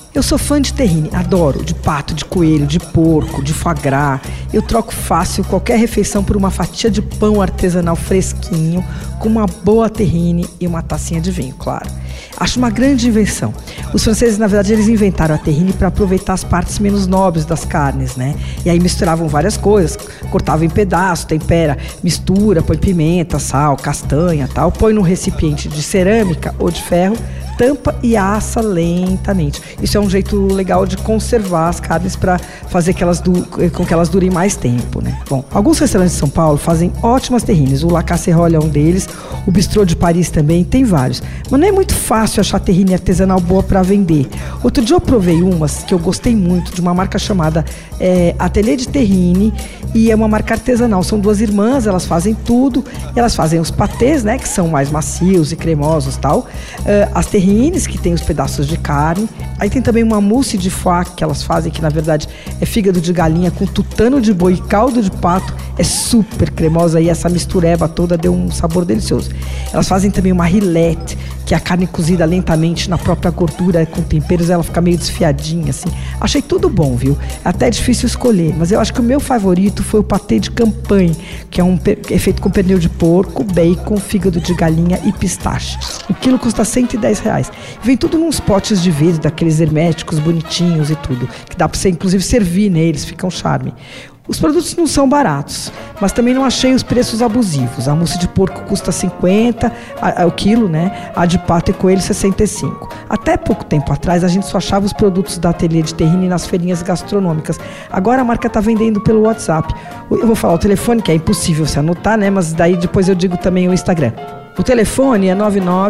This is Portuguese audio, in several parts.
Eu sou fã de terrine, adoro, de pato, de coelho, de porco, de foie gras. Eu troco fácil qualquer refeição por uma fatia de pão artesanal fresquinho, com uma boa terrine e uma tacinha de vinho, claro. Acho uma grande invenção. Os franceses, na verdade, eles inventaram a terrine para aproveitar as partes menos nobres das carnes, né? E aí misturavam várias coisas, cortavam em pedaços, tempera, mistura, põe pimenta, sal, castanha, tal, põe num recipiente de cerâmica ou de ferro, tampa e assa lentamente. Isso é um jeito legal de conservar as carnes para fazer com que elas durem mais tempo, né? Bom, alguns restaurantes de São Paulo fazem ótimas terrines. O La Casserolle é um deles, o Bistrô de Paris também, tem vários. Mas não é muito fácil achar terrine artesanal boa para vender. Outro dia eu provei umas que eu gostei muito, de uma marca chamada Atelier de Terrine, e é uma marca artesanal. São duas irmãs, elas fazem tudo, elas fazem os patês, né, que são mais macios e cremosos e tal, as terrines, que tem os pedaços de carne. Aí tem também uma mousse de foie que elas fazem, que na verdade é fígado de galinha com tutano de boi e caldo de pato. É super cremosa e essa mistureba toda deu um sabor delicioso. Elas fazem também uma rillette, que é a carne cozida lentamente na própria gordura com temperos, ela fica meio desfiadinha assim. Achei tudo bom, viu? É até difícil escolher, mas eu acho que o meu favorito foi o patê de campanha, que é feito com pernil de porco, bacon, fígado de galinha e pistache. O quilo custa R$110. Vem tudo nos potes de vidro, daqueles herméticos bonitinhos e tudo, que dá pra você inclusive servir neles, fica um charme. Os produtos não são baratos, mas também não achei os preços abusivos. A mousse de porco custa 50 o quilo, né? A de pato e coelho 65. Até pouco tempo atrás a gente só achava os produtos da Atelier de Terrine nas feirinhas gastronômicas. Agora a marca está vendendo pelo WhatsApp. Eu vou falar o telefone, que é impossível você anotar, né? Mas daí depois eu digo também o Instagram. O telefone é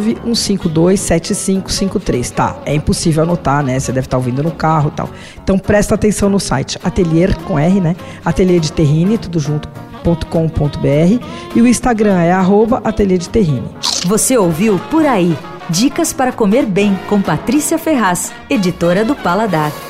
991527553, tá? É impossível anotar, né? Você deve estar ouvindo no carro e tal. Então presta atenção no site Atelier, com R, né? Atelier de Terrine, tudo junto.com.br, e o Instagram é @Atelier de Terrine. Você ouviu Por Aí. Dicas para comer bem com Patrícia Ferraz, editora do Paladar.